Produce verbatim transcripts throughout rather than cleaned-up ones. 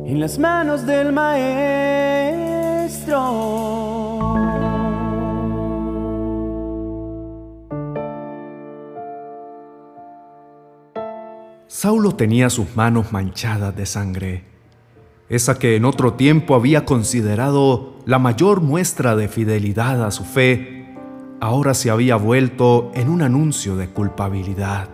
en las manos del Maestro. Saulo tenía sus manos manchadas de sangre, esa que en otro tiempo había considerado la mayor muestra de fidelidad a su fe, ahora se había vuelto en un anuncio de culpabilidad.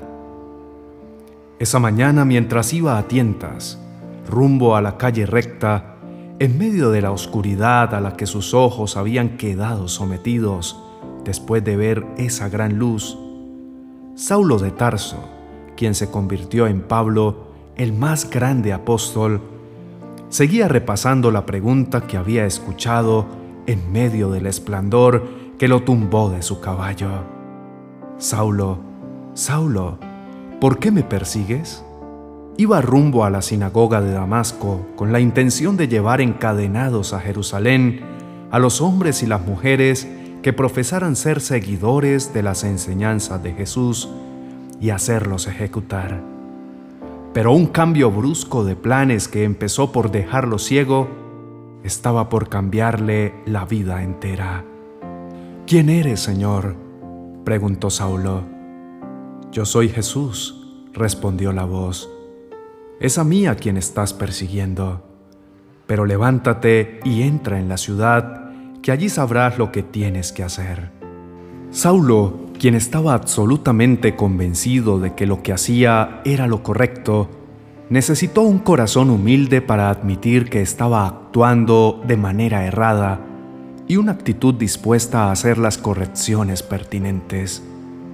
Esa mañana, mientras iba a tientas, rumbo a la calle recta, en medio de la oscuridad a la que sus ojos habían quedado sometidos después de ver esa gran luz, Saulo de Tarso, quien se convirtió en Pablo, el más grande apóstol, seguía repasando la pregunta que había escuchado en medio del esplendor que lo tumbó de su caballo. Saulo, Saulo, ¿por qué me persigues? Iba rumbo a la sinagoga de Damasco con la intención de llevar encadenados a Jerusalén a los hombres y las mujeres que profesaran ser seguidores de las enseñanzas de Jesús y hacerlos ejecutar. Pero un cambio brusco de planes que empezó por dejarlo ciego estaba por cambiarle la vida entera. «¿Quién eres, Señor?», preguntó Saulo. «Yo soy Jesús», respondió la voz. «Es a mí a quien estás persiguiendo. Pero levántate y entra en la ciudad, que allí sabrás lo que tienes que hacer». Saulo, quien estaba absolutamente convencido de que lo que hacía era lo correcto, necesitó un corazón humilde para admitir que estaba actuando de manera errada y una actitud dispuesta a hacer las correcciones pertinentes.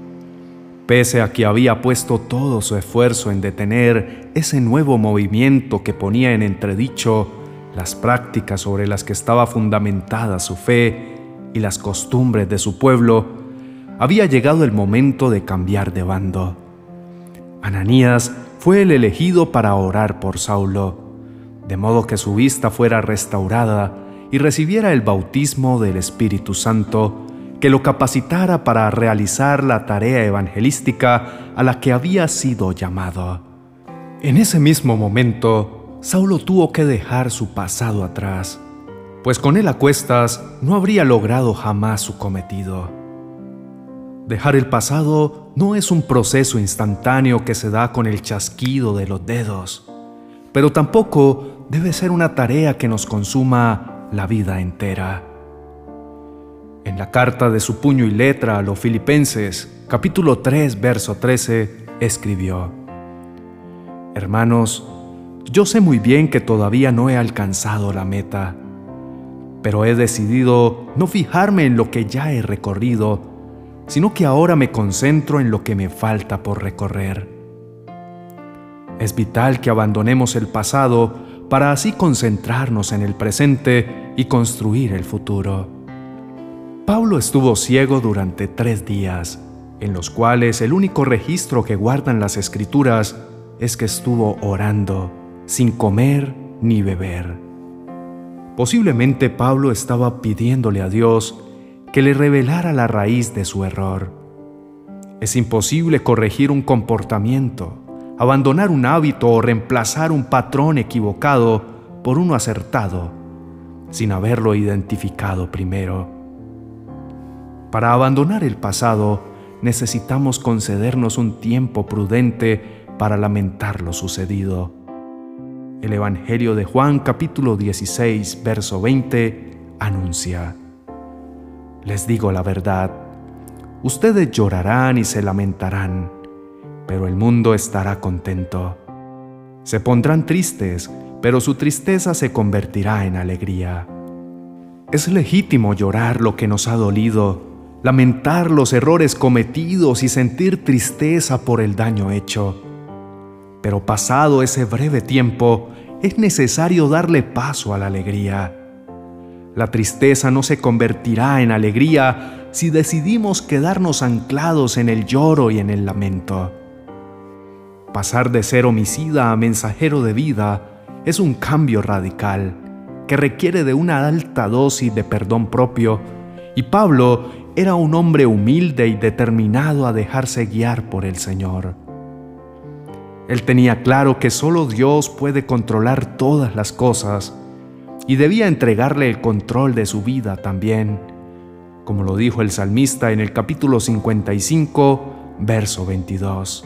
Pese a que había puesto todo su esfuerzo en detener ese nuevo movimiento que ponía en entredicho las prácticas sobre las que estaba fundamentada su fe y las costumbres de su pueblo, había llegado el momento de cambiar de bando. Ananías fue el elegido para orar por Saulo, de modo que su vista fuera restaurada y recibiera el bautismo del Espíritu Santo, que lo capacitara para realizar la tarea evangelística a la que había sido llamado. En ese mismo momento, Saulo tuvo que dejar su pasado atrás, pues con él a cuestas no habría logrado jamás su cometido. Dejar el pasado no es un proceso instantáneo que se da con el chasquido de los dedos, pero tampoco debe ser una tarea que nos consuma la vida entera. En la carta de su puño y letra a los Filipenses, capítulo tres, verso trece, escribió: «Hermanos, yo sé muy bien que todavía no he alcanzado la meta, pero he decidido no fijarme en lo que ya he recorrido, sino que ahora me concentro en lo que me falta por recorrer». Es vital que abandonemos el pasado para así concentrarnos en el presente y construir el futuro. Pablo estuvo ciego durante tres días, en los cuales el único registro que guardan las Escrituras es que estuvo orando, sin comer ni beber. Posiblemente Pablo estaba pidiéndole a Dios que le revelara la raíz de su error. Es imposible corregir un comportamiento, abandonar un hábito o reemplazar un patrón equivocado por uno acertado, sin haberlo identificado primero. Para abandonar el pasado, necesitamos concedernos un tiempo prudente para lamentar lo sucedido. El Evangelio de Juan, capítulo dieciséis, verso veinte, anuncia: «Les digo la verdad, ustedes llorarán y se lamentarán, pero el mundo estará contento. Se pondrán tristes, pero su tristeza se convertirá en alegría». Es legítimo llorar lo que nos ha dolido, lamentar los errores cometidos y sentir tristeza por el daño hecho. Pero pasado ese breve tiempo, es necesario darle paso a la alegría. La tristeza no se convertirá en alegría si decidimos quedarnos anclados en el lloro y en el lamento. Pasar de ser homicida a mensajero de vida es un cambio radical que requiere de una alta dosis de perdón propio, y Pablo era un hombre humilde y determinado a dejarse guiar por el Señor. Él tenía claro que solo Dios puede controlar todas las cosas y debía entregarle el control de su vida también, como lo dijo el salmista en el capítulo cincuenta y cinco, verso veintidós.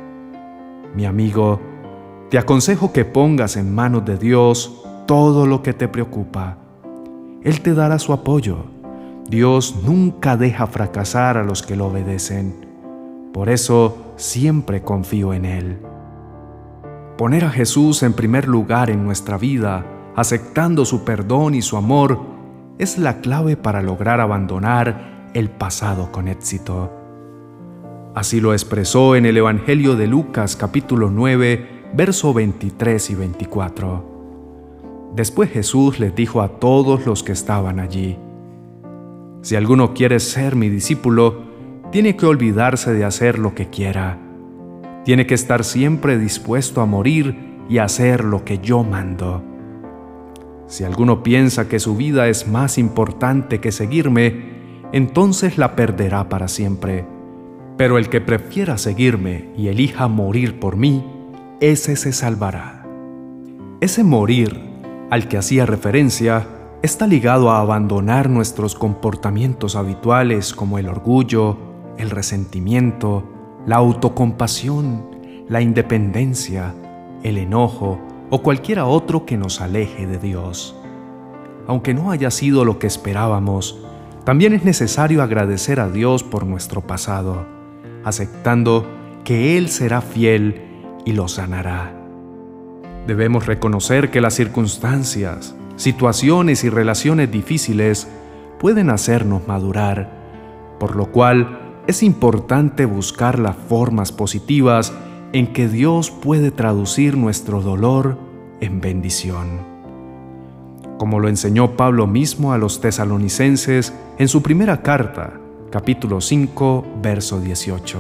Mi amigo, te aconsejo que pongas en manos de Dios todo lo que te preocupa. Él te dará su apoyo. Dios nunca deja fracasar a los que lo obedecen. Por eso siempre confío en Él. Poner a Jesús en primer lugar en nuestra vida, aceptando su perdón y su amor, es la clave para lograr abandonar el pasado con éxito. Así lo expresó en el Evangelio de Lucas capítulo nueve, verso veintitrés y veinticuatro. Después Jesús les dijo a todos los que estaban allí: si alguno quiere ser mi discípulo, tiene que olvidarse de hacer lo que quiera. Tiene que estar siempre dispuesto a morir y hacer lo que yo mando. Si alguno piensa que su vida es más importante que seguirme, entonces la perderá para siempre. Pero el que prefiera seguirme y elija morir por mí, ese se salvará. Ese morir al que hacía referencia está ligado a abandonar nuestros comportamientos habituales como el orgullo, el resentimiento, la autocompasión, la independencia, el enojo o cualquiera otro que nos aleje de Dios. Aunque no haya sido lo que esperábamos, también es necesario agradecer a Dios por nuestro pasado, aceptando que Él será fiel y lo sanará. Debemos reconocer que las circunstancias, situaciones y relaciones difíciles pueden hacernos madurar, por lo cual es importante buscar las formas positivas en que Dios puede traducir nuestro dolor en bendición. Como lo enseñó Pablo mismo a los tesalonicenses en su primera carta, capítulo cinco, verso dieciocho.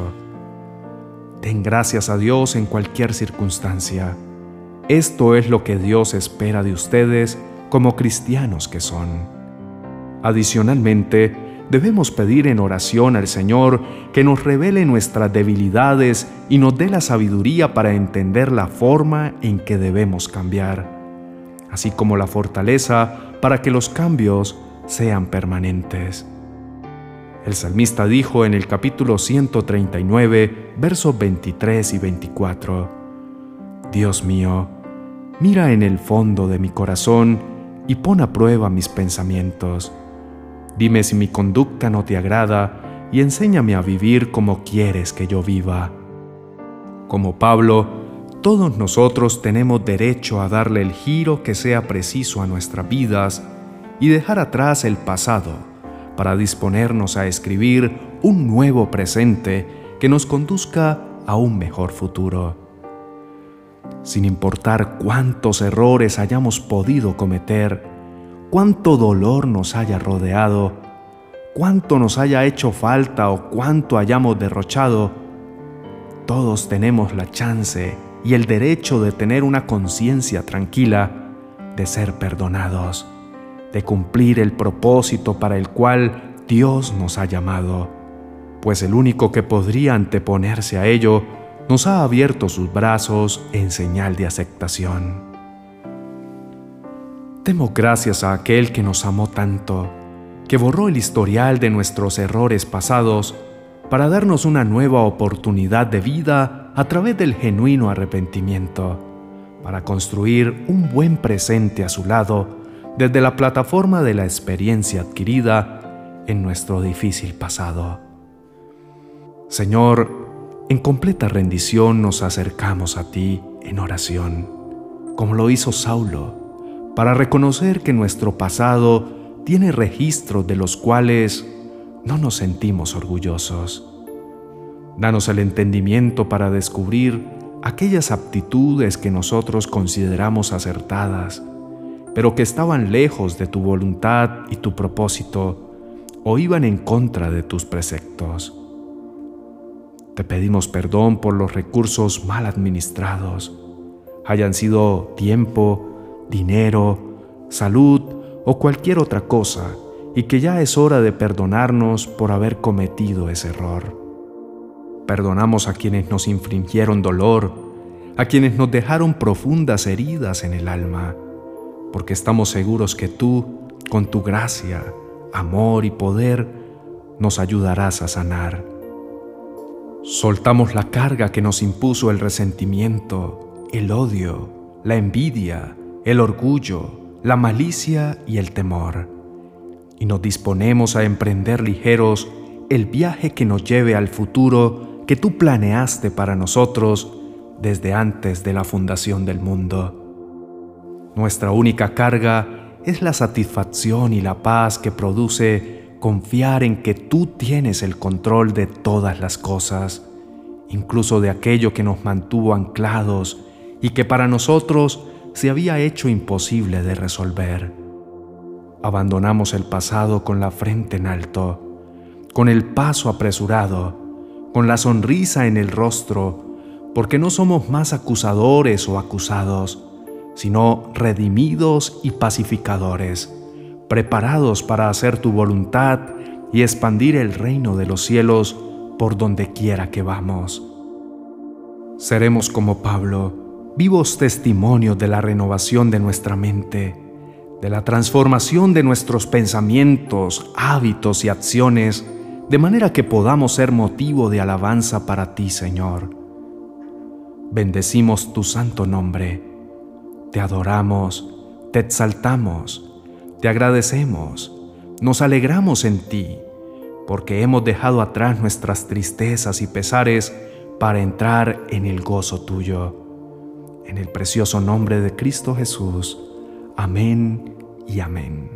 Den gracias a Dios en cualquier circunstancia. Esto es lo que Dios espera de ustedes como cristianos que son. Adicionalmente, debemos pedir en oración al Señor que nos revele nuestras debilidades y nos dé la sabiduría para entender la forma en que debemos cambiar, así como la fortaleza para que los cambios sean permanentes. El salmista dijo en el capítulo ciento treinta y nueve, versos veintitrés y veinticuatro: Dios mío, mira en el fondo de mi corazón y pon a prueba mis pensamientos. Dime si mi conducta no te agrada y enséñame a vivir como quieres que yo viva. Como Pablo, todos nosotros tenemos derecho a darle el giro que sea preciso a nuestras vidas y dejar atrás el pasado para disponernos a escribir un nuevo presente que nos conduzca a un mejor futuro. Sin importar cuántos errores hayamos podido cometer, cuánto dolor nos haya rodeado, cuánto nos haya hecho falta o cuánto hayamos derrochado, todos tenemos la chance y el derecho de tener una conciencia tranquila, de ser perdonados, de cumplir el propósito para el cual Dios nos ha llamado, pues el único que podría anteponerse a ello nos ha abierto sus brazos en señal de aceptación. Demos gracias a aquel que nos amó tanto, que borró el historial de nuestros errores pasados para darnos una nueva oportunidad de vida a través del genuino arrepentimiento, para construir un buen presente a su lado desde la plataforma de la experiencia adquirida en nuestro difícil pasado. Señor, en completa rendición nos acercamos a ti en oración, como lo hizo Saulo, para reconocer que nuestro pasado tiene registros de los cuales no nos sentimos orgullosos. Danos el entendimiento para descubrir aquellas aptitudes que nosotros consideramos acertadas, pero que estaban lejos de tu voluntad y tu propósito, o iban en contra de tus preceptos. Te pedimos perdón por los recursos mal administrados, hayan sido tiempo, dinero, salud o cualquier otra cosa, y que ya es hora de perdonarnos por haber cometido ese error. Perdonamos a quienes nos infligieron dolor, a quienes nos dejaron profundas heridas en el alma, porque estamos seguros que tú, con tu gracia, amor y poder, nos ayudarás a sanar. Soltamos la carga que nos impuso el resentimiento, el odio, la envidia, el orgullo, la malicia y el temor, y nos disponemos a emprender ligeros el viaje que nos lleve al futuro que tú planeaste para nosotros desde antes de la fundación del mundo. Nuestra única carga es la satisfacción y la paz que produce confiar en que tú tienes el control de todas las cosas, incluso de aquello que nos mantuvo anclados y que para nosotros se había hecho imposible de resolver. Abandonamos el pasado con la frente en alto, con el paso apresurado, con la sonrisa en el rostro, porque no somos más acusadores o acusados, sino redimidos y pacificadores, preparados para hacer tu voluntad y expandir el reino de los cielos por donde quiera que vamos. Seremos como Pablo, vivos testimonios de la renovación de nuestra mente, de la transformación de nuestros pensamientos, hábitos y acciones, de manera que podamos ser motivo de alabanza para ti, Señor. Bendecimos tu santo nombre, te adoramos, te exaltamos, te agradecemos, nos alegramos en ti, porque hemos dejado atrás nuestras tristezas y pesares para entrar en el gozo tuyo. En el precioso nombre de Cristo Jesús. Amén y amén.